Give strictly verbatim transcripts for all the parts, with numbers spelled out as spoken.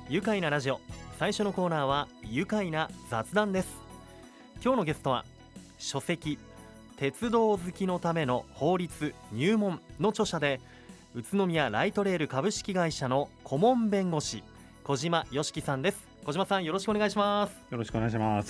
愉快なラジオ、最初のコーナーは愉快な雑談です。今日のゲストは書籍鉄道好きのための法律入門の著者で、宇都宮ライトレール株式会社の顧問弁護士小島よしきさんです。小島さん、よろしくお願いします。 よろしくお願いします。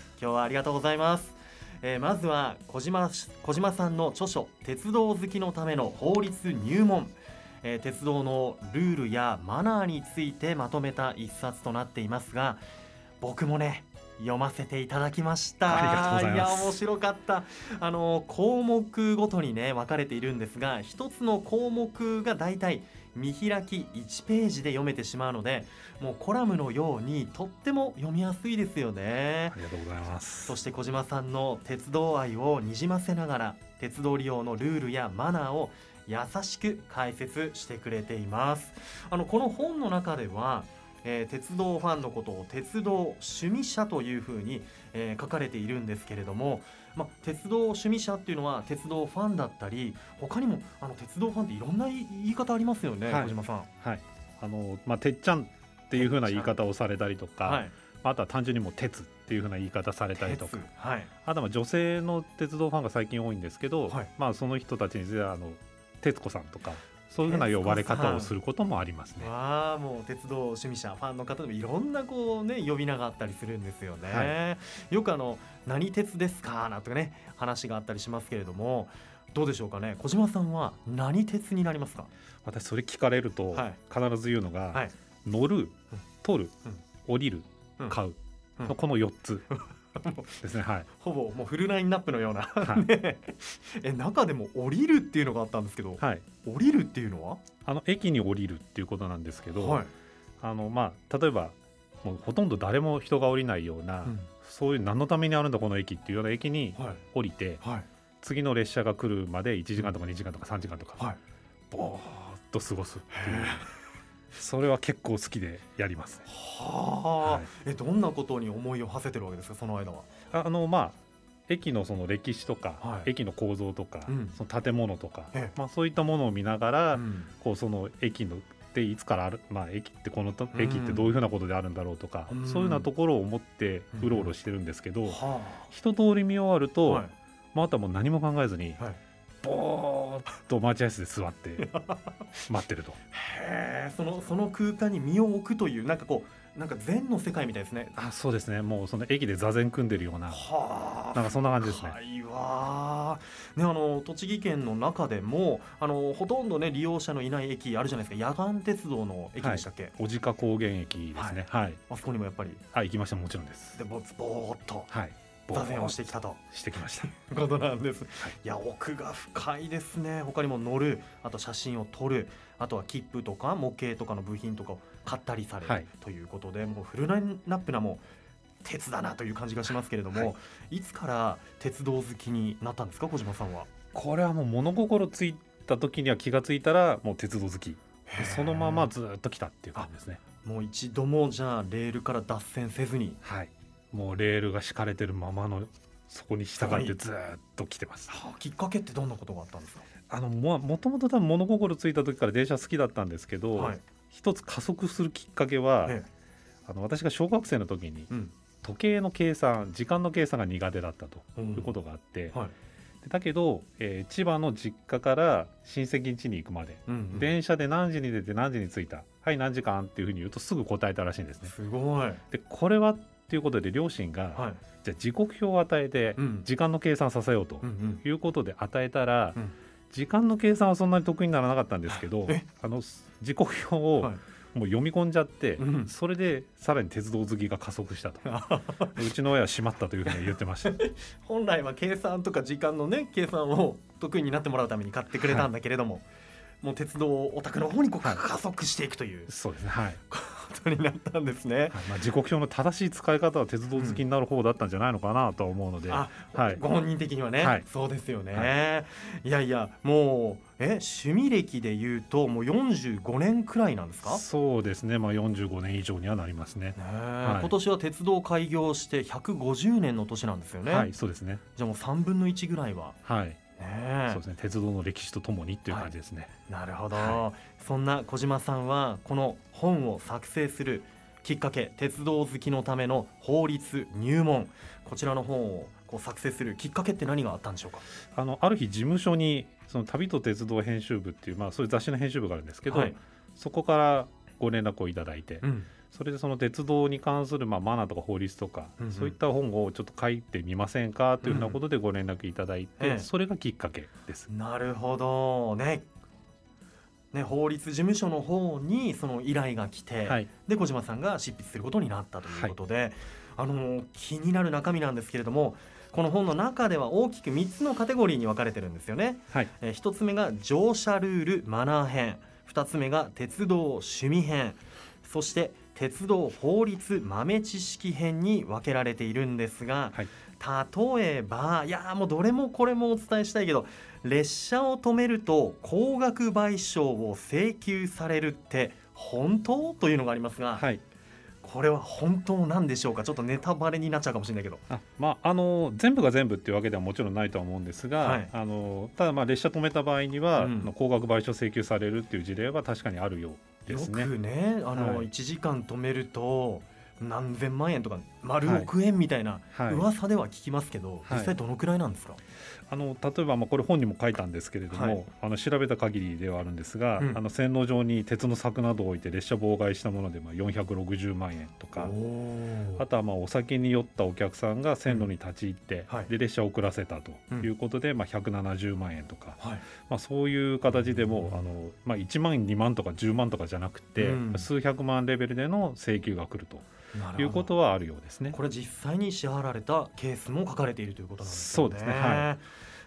今日はありがとうございます。えー、まずは小島、小島さんの著書鉄道好きのための法律入門、えー、鉄道のルールやマナーについてまとめた一冊となっていますが、僕もね読ませていただきました。 ありがとうございます。 いや面白かった。あの項目ごとにね分かれているんですが、一つの項目がだいたい見開きいちページで読めてしまうので、もうコラムのようにとっても読みやすいですよね。 ありがとうございます。 そして小島さんの鉄道愛をにじませながら、鉄道利用のルールやマナーを優しく解説してくれています。あのこの本の中では、えー、鉄道ファンのことを鉄道趣味者というふうに、えー、書かれているんですけれども、ま、鉄道趣味者っていうのは鉄道ファンだったり、他にもあの鉄道ファンっていろんな言い方ありますよね、はい、小島さん。 はい、あのまあ、てっちゃんっていうふうな言い方をされたりとか、はい、あとは単純にもう鉄っていうふうな言い方されたりとか、はい、あとは女性の鉄道ファンが最近多いんですけど、はい、まあ、その人たちについてはあの徹子さんとかそういうふうな呼ばれ方をすることもありますね。 あ、もう鉄道趣味者ファンの方でもいろんなこう、ね、呼び名があったりするんですよね、はい、よくあの何鉄ですかなんてね話があったりしますけれども、どうでしょうかね。小島さんは何鉄になりますか？ 私それ聞かれると必ず言うのが、はい、乗る、取る、うん、降りる、うん、買うのこのよっつですね。はい、 ほぼもうフルラインナップのような、はい、ね、え中でも降りるっていうのがあったんですけど、はい、降りるっていうのはあの駅に降りるっていうことなんですけど、はい、あのまあ、例えばもうほとんど誰も人が降りないような、うん、そういう何のためにあるんだこの駅っていうような駅に降りて、はいはい、次の列車が来るまでいちじかんとかにじかんとかさんじかんとか、はい、ぼーっと過ごすっていう、それは結構好きでやります。 は、はい、えどんなことに思いを馳せてるわけですか、その間は。 あの、まあ、駅のその歴史とか、はい、駅の構造とか、うん、その建物とか、まあ、そういったものを見ながら、うん、こうその駅のでいつからある、まあ、駅ってこの駅ってどういうふうなことであるんだろうとか、うん、そういうようなところを思ってうろうろしてるんですけど、うん、はあ、一通り見終わると、はい、まあ、あとはもう何も考えずに、はい、ぼーっと待合室で座って待ってるとへー、その、その空間に身を置くというなんかこうなんか禅の世界みたいですね。 あ、そうですね。もうその駅で座禅組んでるような、はあ、なんかそんな感じですね。 深いわね。あの栃木県の中でもあのほとんどね利用者のいない駅あるじゃないですか。野岩鉄道の駅でしたっけ？はい、 小鹿高原駅ですね。はい、はい、 あそこにもやっぱりあ行きました。もちろんです。 でぼぼーっと、はい、座禅をしてきたとしてきましたことなんです、はい、いや奥が深いですね。他にも乗る、あと写真を撮る、あとは切符とか模型とかの部品とかを買ったりされる、はい、ということで、もうフルラインナップなもう鉄だなという感じがしますけれども、はい、いつから鉄道好きになったんですか、小島さんは。 これはもう物心ついた時には気がついたらもう鉄道好き、そのままずっと来たっていう感じですね。 もう一度もじゃあレールから脱線せずに、 はい、もうレールが敷かれてるままのそこに従ってずっと来てます。 はあ、きっかけってどんなことがあったんですか？ あのももともと多分物心ついた時から電車好きだったんですけど、はい、一つ加速するきっかけは、ええ、あの私が小学生の時に、うん、時計の計算時間の計算が苦手だったということがあって、うん、はい、でだけど、えー、千葉の実家から親戚ん家に行くまで、うんうん、電車で何時に出て何時に着いた、はい何時間っていうふうに言うとすぐ答えたらしいんですね。 すごい。 でこれはということで両親が、はい、じゃあ時刻表を与えて時間の計算させようということで与えたら、うんうん、時間の計算はそんなに得意にならなかったんですけど、あの時刻表をもう読み込んじゃって、はい、それでさらに鉄道好きが加速したとうちの親はしまったというふうに言ってました本来は計算とか時間の、ね、計算を得意になってもらうために買ってくれたんだけれども、はい、もう鉄道オタクの方にこう加速していくという、はい、 そうですね、はい、 ことになったんですね。はい、 まあ、時刻表の正しい使い方は鉄道好きになる方だったんじゃないのかなとは思うので、うん、あ、 はい、ご本人的にはね、はい、そうですよね、はい、いやいやもうえ趣味歴でいうともうよんじゅうごねんくらいなんですか？ そうですね、まあ、よんじゅうごねん以上にはなりますね。 はい、今年は鉄道開業してひゃくごじゅうねんの年なんですよね。 はい、そうですね。 じゃあもうさんぶんのいちぐらいは、 はい、ね、そうですね、鉄道の歴史とともにっていう感じですね。 はい、なるほど、 はい、 そんな小島さんはこの本を作成するきっかけ、鉄道好きのための法律入門、こちらの本をこう作成するきっかけって何があったんでしょうか。 あのある日事務所にその旅と鉄道編集部っていう、まあ、そういう雑誌の編集部があるんですけど、はい、そこからご連絡をいただいて、うん、それでその鉄道に関する、まあ、マナーとか法律とか、うんうん、そういった本をちょっと書いてみませんかというふうなことでご連絡いただいて、うん、それがきっかけです。 なるほどね。ね、法律事務所の方にその依頼が来て、はい、で小島さんが執筆することになったということで、はい、あの気になる中身なんですけれども、この本の中では大きくみっつのカテゴリーに分かれてるんですよね、はい、えひとつめが乗車ルールマナー編、ふたつめが鉄道趣味編、そして鉄道法律豆知識編に分けられているんですが、はい、例えばいやもうどれもこれもお伝えしたいけど、列車を止めると高額賠償を請求されるって本当というのがありますが、はい、これは本当なんでしょうか。ちょっとネタバレになっちゃうかもしれないけど、 あ、まあ、あの全部が全部っていうわけではもちろんないとは思うんですが、はい、あのただまあ列車止めた場合には、うん、高額賠償請求されるっていう事例は確かにあるようですね。 よくね、あの、はい、いちじかん止めると何千万円とか丸億円みたいな噂では聞きますけど、はいはい、実際どのくらいなんですか。 あの例えばまあこれ本にも書いたんですけれども、はい、あの調べた限りではあるんですが、うん、あの線路上に鉄の柵などを置いて列車妨害したものでまあよんひゃくろくじゅうまんえんとか、あとはまあお酒に酔ったお客さんが線路に立ち入って、うん、で列車を遅らせたということで、うん、まあひゃくななじゅうまんえんとか、はい、まあ、そういう形でも、うん、あのまあ、いちまんにまんとかじゅうまんとかじゃなくて、うん、数百万レベルでの請求が来るということはあるようですね。 これ実際に支払われたケースも書かれているということなんですよね。 そうですね、はい、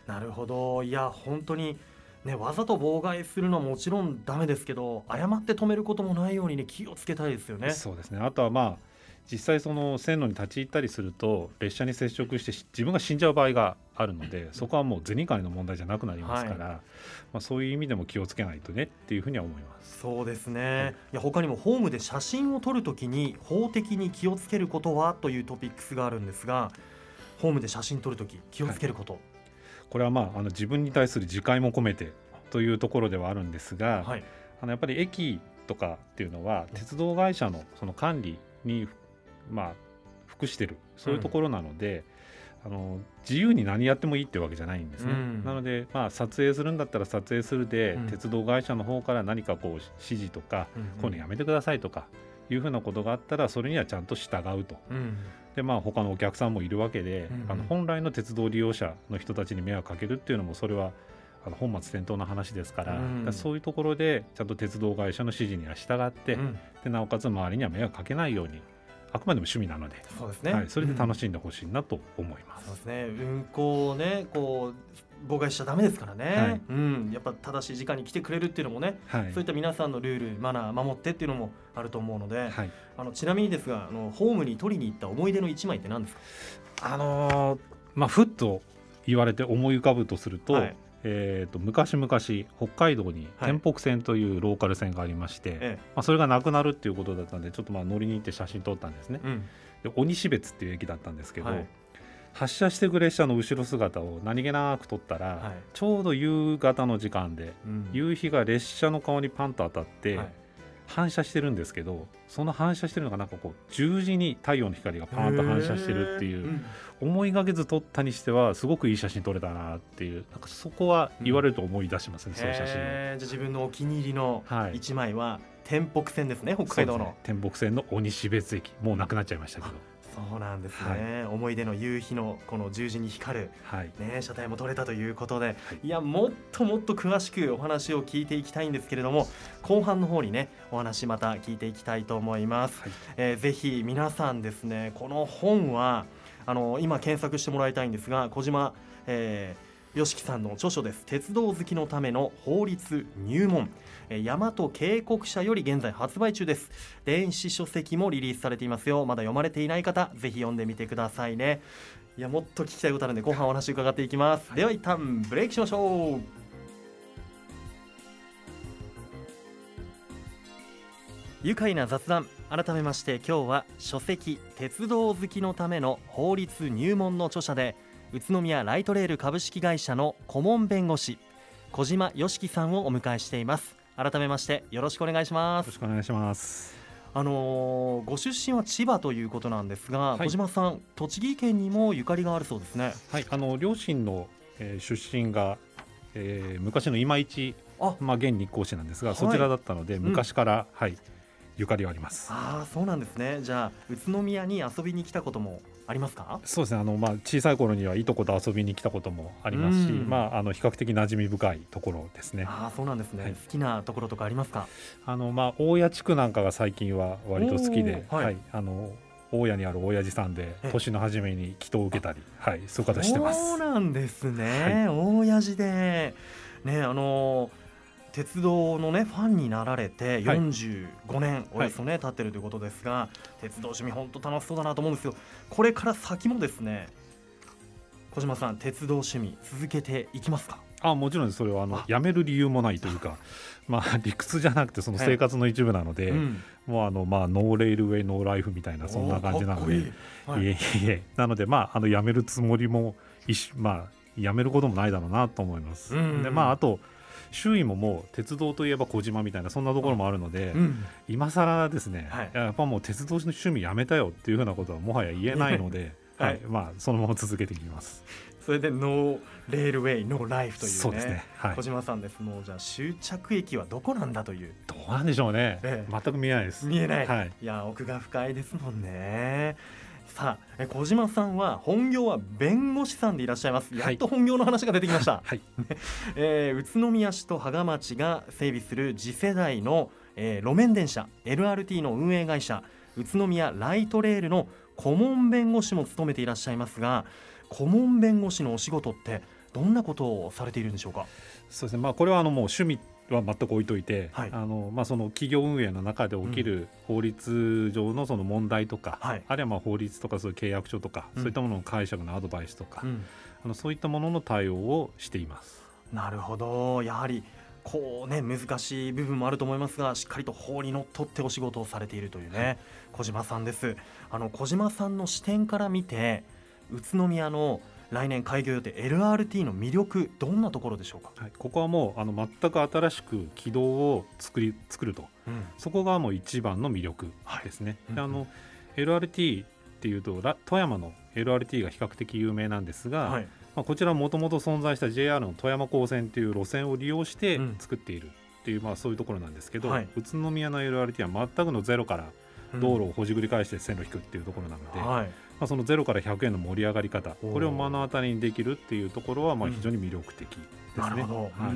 なるほど。いや本当にね、わざと妨害するのはもちろんダメですけど、誤って止めることもないように、ね、気をつけたいですよね。 そうですね。あとはまあ実際その線路に立ち入ったりすると列車に接触して自分が死んじゃう場合があるので、そこはもう銭金の問題じゃなくなりますから、はい、まあ、そういう意味でも気をつけないとねっていうふうには思います。 そうですね、はい、いや他にもホームで写真を撮るときに法的に気をつけることはというトピックスがあるんですが、ホームで写真撮るとき気をつけること、はい、 これはまあ、あの自分に対する自戒も込めてというところではあるんですが、はい、あのやっぱり駅とかっていうのは鉄道会社のその管理にまあ服してるそういうところなので、うん、あの自由に何やってもいいってわけじゃないんですね、うん、なので、まあ、撮影するんだったら撮影するで、うん、鉄道会社の方から何かこう指示とか、うんうん、こういうのやめてくださいとかいうふうなことがあったらそれにはちゃんと従うと、うん、でまあ他のお客さんもいるわけで、うんうん、あの本来の鉄道利用者の人たちに迷惑かけるっていうのもそれはあの本末転倒な話ですから、うん、からそういうところでちゃんと鉄道会社の指示には従って、うん、でなおかつ周りには迷惑かけないように、あくまでも趣味なので、そうですね、はい、それで楽しんでほしいなと思います、 うん、そうですね、運行をねこう妨害しちゃダメですからね、はい、うん、やっぱ正しい時間に来てくれるっていうのもね、はい、そういった皆さんのルールマナー守ってっていうのもあると思うので、はい、あのちなみにですが、あのホームに取りに行った思い出の一枚って何ですか。 あのーまあ、ふっと言われて思い浮かぶとすると、はい、えー、と昔々北海道に天北線というローカル線がありまして、はい、まあ、それがなくなるっていうことだったのでちょっとまあ乗りに行って写真撮ったんですね、うん、で鬼標別っていう駅だったんですけど、はい、発車してく列車の後ろ姿を何気なく撮ったら、はい、ちょうど夕方の時間で、うん、夕日が列車の顔にパンと当たって、はい、反射してるんですけど、その反射してるのがなんかこう十字に太陽の光がパーンと反射してるっていう、うん、思いがけず撮ったにしてはすごくいい写真撮れたなっていう、なんかそこは言われると思い出しますね、うん、そういう写真。じゃあ自分のお気に入りの一枚は天北線ですね、北海道の、ね、 天北線の鬼標別駅、もうなくなっちゃいましたけど。 そうなんですね、はい、思い出の夕日のこの十字に光る、はいね、車体も撮れたということで、はい、いやもっともっと詳しくお話を聞いていきたいんですけれども、後半の方にねお話また聞いていきたいと思います、はい、えー、ぜひ皆さんですね、この本はあの今検索してもらいたいんですが、小島、えー、よしきさんの著書です。鉄道好きのための法律入門、大和渓谷社より現在発売中です。電子書籍もリリースされていますよ。まだ読まれていない方ぜひ読んでみてくださいね。いやもっと聞きたいことあるので後半お話伺っていきます、はい、では一旦ブレイクしましょう。愉快な雑談、改めまして今日は書籍鉄道好きのための法律入門の著者で宇都宮ライトレール株式会社の顧問弁護士小島よしきさんをお迎えしています。改めましてよろしくお願いします。 よろしくお願いします。 あのー、ご出身は千葉ということなんですが、はい、小島さん栃木県にもゆかりがあるそうですね。 はい、あの両親の、えー、出身が、えー、昔の今市、あ、まあ、現日光市なんですが、はい、そちらだったので昔から、うんはい、ゆかりはあります。 ああ、そうなんですね。じゃあ宇都宮に遊びに来たこともありますか？ そうですね、あの、まあ、小さい頃にはいとこと遊びに来たこともありますし、まあ、あの比較的馴染み深いところですね。 ああ、そうなんですね、はい、好きなところとかありますか？ あの、まあ、大谷地区なんかが最近は割と好きで、はいはい、あの大谷にある親父さんで年の初めに祈祷を受けたり、はい、そういう方してます。 そうなんですね、はい、大谷寺で、ね、あの鉄道の、ね、ファンになられてよんじゅうごねん、はい、およそ、ね、経ってるということですが、鉄道趣味本当楽しそうだなと思うんですけど、これから先もですね、小島さん鉄道趣味続けていきますか？ あ、もちろんです。それはあのやめる理由もないというかまあ、理屈じゃなくてその生活の一部なので、はい、うん、もうあの、まあ、ノーレールウェイノーライフみたいなそんな感じなので、いい、はい、いえいえ、なので、まあ、あのやめるつもりも、まあ、やめることもないだろうなと思います。うんうん、で、まあ、あと周囲ももう鉄道といえば小島みたいなそんなところもあるので、うん、今更ですね、はい、やっぱもう鉄道の趣味やめたよっていうふうなことはもはや言えないのではい、まあ、そのまま続けていきます。 それでノーレールウェイノーライフというね、 そうですね、はい、 小島さんです。もうじゃあ終着駅はどこなんだという、 どうなんでしょうね、ええ、全く見えないです。 見えない、はい、いや奥が深いですもんね。さあ、小島さんは本業は弁護士さんでいらっしゃいます。やっと本業の話が出てきました、はいえー、宇都宮市と芳賀町が整備する次世代の、えー、路面電車 エルアールティー の運営会社宇都宮ライトレールの顧問弁護士も務めていらっしゃいますが、顧問弁護士のお仕事ってどんなことをされているんでしょうか？ そうですね、まあ、これはあのもう趣味は全く置いといて、はい、あのまあ、その企業運営の中で起きる法律上のその問題とか、うん、あるいはまあ法律とかそういう契約書とか、うん、そういったものの解釈のアドバイスとか、うん、あのそういったものの対応をしています。 なるほど、やはりこう、ね、難しい部分もあると思いますが、しっかりと法にのっとってお仕事をされているというね、はい、小島さんです。あの小島さんの視点から見て宇都宮の来年開業予定 エルアールティー の魅力、どんなところでしょうか？ はい、ここはもうあの全く新しく軌道を作り作ると、うん、そこがもう一番の魅力ですね、はい、であの、うん、エルアールティー っていうと富山の エルアールティー が比較的有名なんですが、はい、まあ、こちらもともと存在した ジェイアール の富山高専という路線を利用して作っているっていう、うん、まあ、そういうところなんですけど、はい、宇都宮の エルアールティー は全くのゼロから道路をほじくり返して線路を引くっていうところなので、うん、はい、まあ、そのゼロからひゃくえんの盛り上がり方、これを目の当たりにできるっていうところはまあ非常に魅力的ですね、うん、なるほど、はい、うん、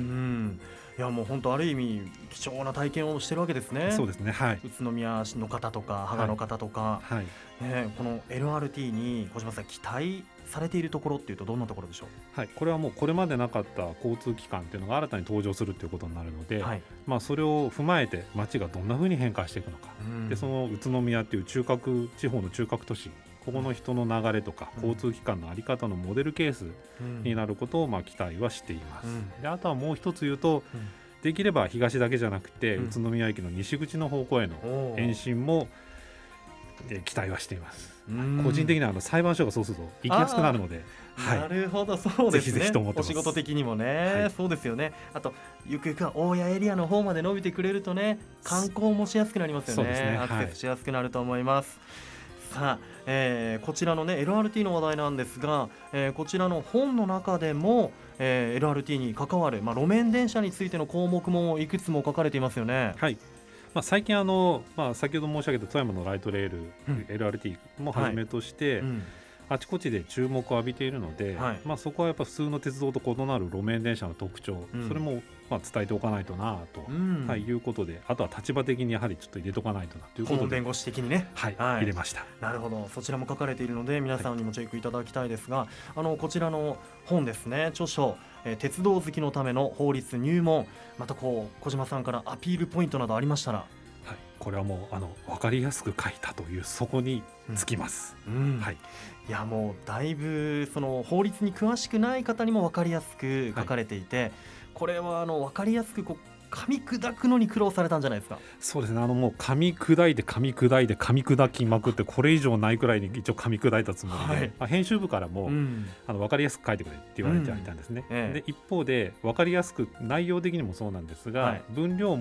いやもう本当ある意味貴重な体験をしてるわけですね。 そうですね、はい、 宇都宮市の方とか芳賀の方とか、はいはい、ね、この エルアールティー に小島さん期待されているところっていうとどんなところでしょう？ はい、これはもうこれまでなかった交通機関っていうのが新たに登場するということになるので、はい、まあ、それを踏まえて街がどんな風に変化していくのか、うん、でその宇都宮っていう中核地方の中核都市、ここの人の流れとか交通機関の在り方のモデルケースになることをまあ期待はしています、うん、であとはもう一つ言うと、うん、できれば東だけじゃなくて、うん、宇都宮駅の西口の方向への延伸も期待はしています。個人的にはあの裁判所がそうすると行きやすくなるので、はい、 なるほど、そうですね、ぜひぜひと思ってます。お仕事的にもね、はい、そうですよね。あとゆくゆくは大谷エリアの方まで伸びてくれるとね、観光もしやすくなりますよ ね, そうですね、アクセスしやすくなると思います、はい、さあ、えー、こちらのね エルアールティー の話題なんですが、えー、こちらの本の中でも、えー、エルアールティー に関わる、まあ、路面電車についての項目もいくつも書かれていますよね。 はい、まあ、最近あの、まあ、先ほど申し上げた富山のライトレール、うん、エルアールティー もはじめとして、はい、うん、あちこちで注目を浴びているので、はい、まあ、そこはやっぱ普通の鉄道と異なる路面電車の特徴、うん、それもまあ伝えておかないとなと、うん、はい、いうことで、あとは立場的にやはりちょっと入れとかないとなということで、 顧問弁護士的にね、 はいはい、入れました。 なるほど、そちらも書かれているので皆さんにもチェックいただきたいですが、はい、あのこちらの本ですね、著書、えー、鉄道好きのための法律入門、またこう小島さんからアピールポイントなどありましたら。 はい、これはもうあの分かりやすく書いたというそこにつきます、うんうん、はい、 いやもうだいぶその法律に詳しくない方にも分かりやすく書かれていて、はい、これはあの分かりやすくこう噛み砕くのに苦労されたんじゃないですか？ そうですね、あのもう噛み砕いて噛み砕いて噛み砕きまくってこれ以上ないくらいに一応噛み砕いたつもりで、はい、まあ、編集部からも、うん、あの分かりやすく書いてくれって言われてはいたんですね、うん、ええ、で一方で分かりやすく内容的にもそうなんですが、はい、分量も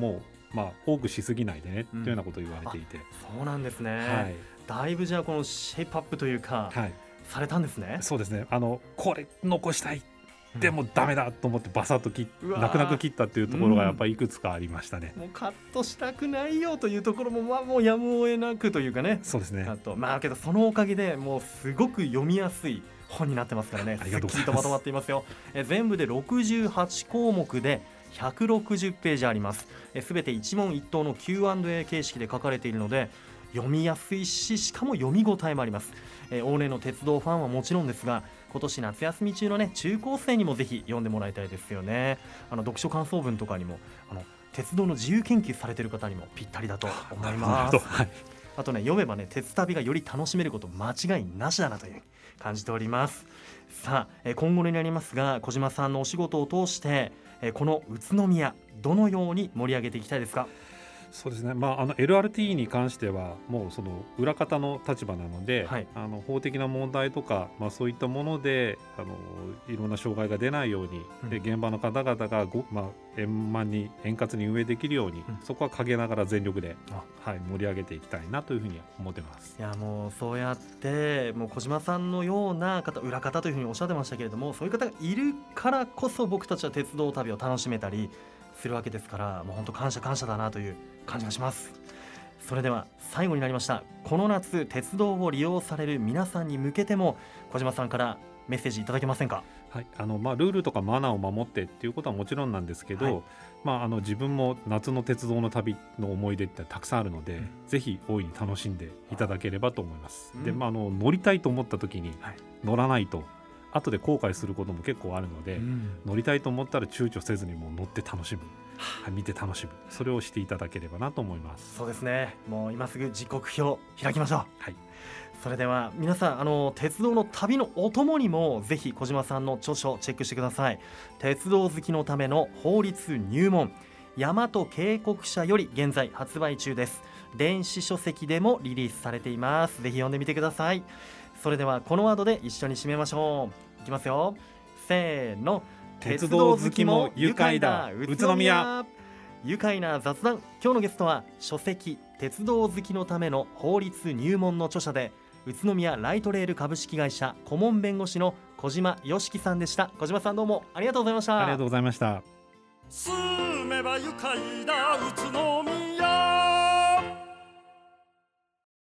まあ、多くしすぎないでね、うん、というようなことを言われていて。 そうなんですね、 はい、 だいぶじゃあこのシェイプアップというか、はい、されたんですね。 そうですね、あのこれ残したいでもダメだと思ってバサッと切っ泣く泣く切ったっていうところがやっぱりいくつかありましたね、 うん、もうカットしたくないよというところも、まあ、もうやむを得なくというかね。 そうですね、 カット、まあけどそのおかげでもうすごく読みやすい本になってますからね。 ありがとうございます。 すっきりとまとまっていますよ。え全部でろくじゅうはちこうもくでひゃくろくじゅうページあります。すべて一問一答の キューアンドエー 形式で書かれているので読みやすいし、しかも読み応えもあります。え往年の鉄道ファンはもちろんですが、今年夏休み中のね中高生にもぜひ読んでもらいたいですよね。あの読書感想文とかにもあの鉄道の自由研究されている方にもぴったりだと思います。はい、あとね、読めばね鉄旅がより楽しめること間違いなしだなという感じております。さあ、え今後になりますが、小島さんのお仕事を通してえこの宇都宮どのように盛り上げていきたいですか？ そうですね、まあ、あの エルアールティー に関してはもうその裏方の立場なので、はい、あの法的な問題とか、まあ、そういったものであのいろんな障害が出ないように、うん、で現場の方々がご、まあ、円満に円滑に運営できるように、うん、そこは陰ながら全力で、はい、盛り上げていきたいなというふうに思ってます。 いやもうそうやってもう小島さんのような方、裏方というふうにおっしゃってましたけれども、そういう方がいるからこそ僕たちは鉄道旅を楽しめたりするわけですから、もう本当感謝感謝だなという感じがします。それでは最後になりました。この夏鉄道を利用される皆さんに向けても小島さんからメッセージいただけませんか？ はい、あのまあ、ルールとかマナーを守ってっていうことはもちろんなんですけど、はい、まあ、あの自分も夏の鉄道の旅の思い出ってたくさんあるので、うん、ぜひ大いに楽しんでいただければと思います、うん、で、まあ、あの乗りたいと思った時に乗らないと後で後悔することも結構あるので、うん、乗りたいと思ったら躊躇せずにもう乗って楽しむ、はい、見て楽しむ、それをしていただければなと思います。 そうですね、もう今すぐ時刻表開きましょう。 はい、 それでは皆さん、あの鉄道の旅のお供にもぜひ小島さんの著書をチェックしてください。鉄道好きのための法律入門、大和警告社より現在発売中です。電子書籍でもリリースされています。ぜひ読んでみてください。それではこのワードで一緒に締めましょう。いきますよ、せーの。 鉄道好きも愉快だ宇都宮。 愉快な雑談。今日のゲストは書籍鉄道好きのための法律入門の著者で宇都宮ライトレール株式会社顧問弁護士の小島よしきさんでした。小島さん、どうもありがとうございました。 ありがとうございました。 住めば愉快だ宇都宮。